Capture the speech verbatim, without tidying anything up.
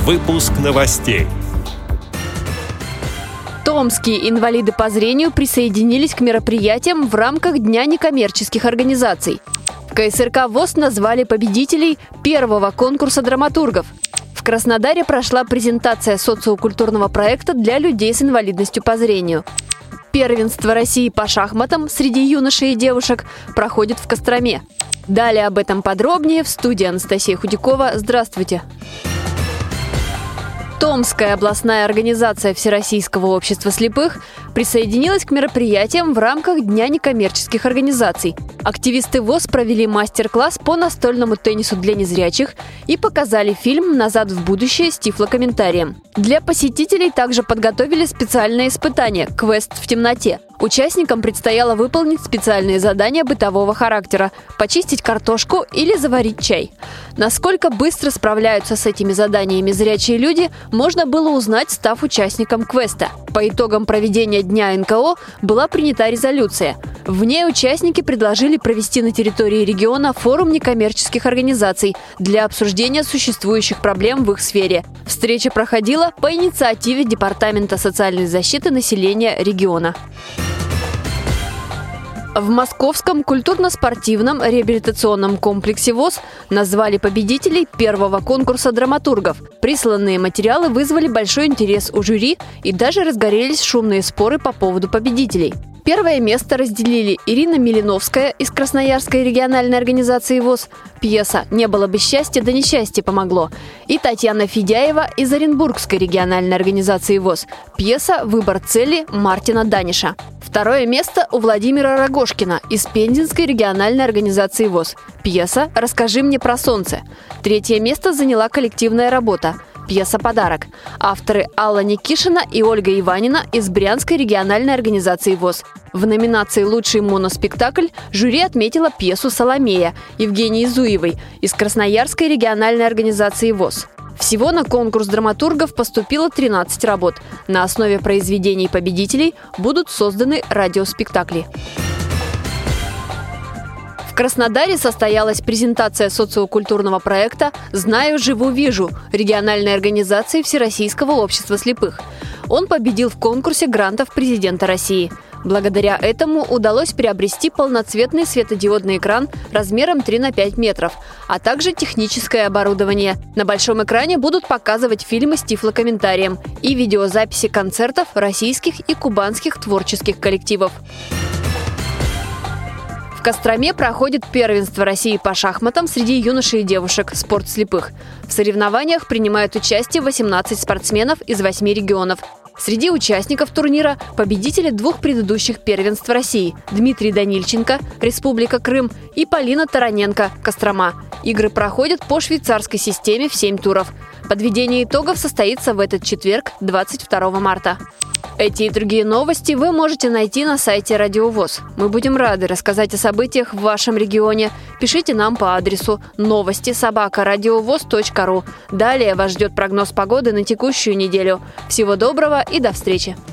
Выпуск новостей. Томские инвалиды по зрению присоединились к мероприятиям в рамках Дня некоммерческих организаций. В ка эс эр ка ВОС назвали победителей первого конкурса драматургов. В Краснодаре прошла презентация социокультурного проекта для людей с инвалидностью по зрению. Первенство России по шахматам среди юношей и девушек проходит в Костроме. Далее об этом подробнее в студии Анастасия Худякова. Здравствуйте! Томская областная организация Всероссийского общества слепых присоединилась к мероприятиям в рамках Дня некоммерческих организаций. Активисты ВОС провели мастер-класс по настольному теннису для незрячих и показали фильм «Назад в будущее» с тифлокомментарием. Для посетителей также подготовили специальное испытание «Квест в темноте». Участникам предстояло выполнить специальные задания бытового характера – почистить картошку или заварить чай. Насколько быстро справляются с этими заданиями зрячие люди, можно было узнать, став участником квеста. По итогам проведения Дня эн ка о была принята резолюция. В ней участники предложили провести на территории региона форум некоммерческих организаций для обсуждения существующих проблем в их сфере. Встреча проходила по инициативе Департамента социальной защиты населения региона. В Московском культурно-спортивном реабилитационном комплексе ВОС назвали победителей первого конкурса драматургов. Присланные материалы вызвали большой интерес у жюри и даже разгорелись шумные споры по поводу победителей. Первое место разделили Ирина Милиновская из Красноярской региональной организации ВОС, пьеса «Не было бы счастья, да несчастье помогло», и Татьяна Федяева из Оренбургской региональной организации ВОС, пьеса «Выбор цели» Мартина Даниша. Второе место у Владимира Рогошкина из Пензенской региональной организации ВОС, пьеса «Расскажи мне про солнце». Третье место заняла коллективная работа. Пьеса «Подарок». Авторы Алла Никишина и Ольга Иванина из Брянской региональной организации ВОС. В номинации «Лучший моноспектакль» жюри отметила пьесу «Соломея» Евгении Зуевой из Красноярской региональной организации ВОС. Всего на конкурс драматургов поступило тринадцать работ. На основе произведений победителей будут созданы радиоспектакли. В Краснодаре состоялась презентация социокультурного проекта «Знаю, живу, вижу» региональной организации Всероссийского общества слепых. Он победил в конкурсе грантов президента России. Благодаря этому удалось приобрести полноцветный светодиодный экран размером три на пять метров, а также техническое оборудование. На большом экране будут показывать фильмы с тифлокомментарием и видеозаписи концертов российских и кубанских творческих коллективов. В Костроме проходит первенство России по шахматам среди юношей и девушек «Спорт слепых». В соревнованиях принимают участие восемнадцать спортсменов из восьми регионов. Среди участников турнира победители двух предыдущих первенств России – Дмитрий Данильченко, Республика Крым, и Полина Тараненко, Кострома. Игры проходят по швейцарской системе в семь туров. Подведение итогов состоится в этот четверг, двадцать второго марта. Эти и другие новости вы можете найти на сайте Радио ВОС. Мы будем рады рассказать о событиях в вашем регионе. Пишите нам по адресу новости собака радиовос точка ру. Далее вас ждет прогноз погоды на текущую неделю. Всего доброго и до встречи!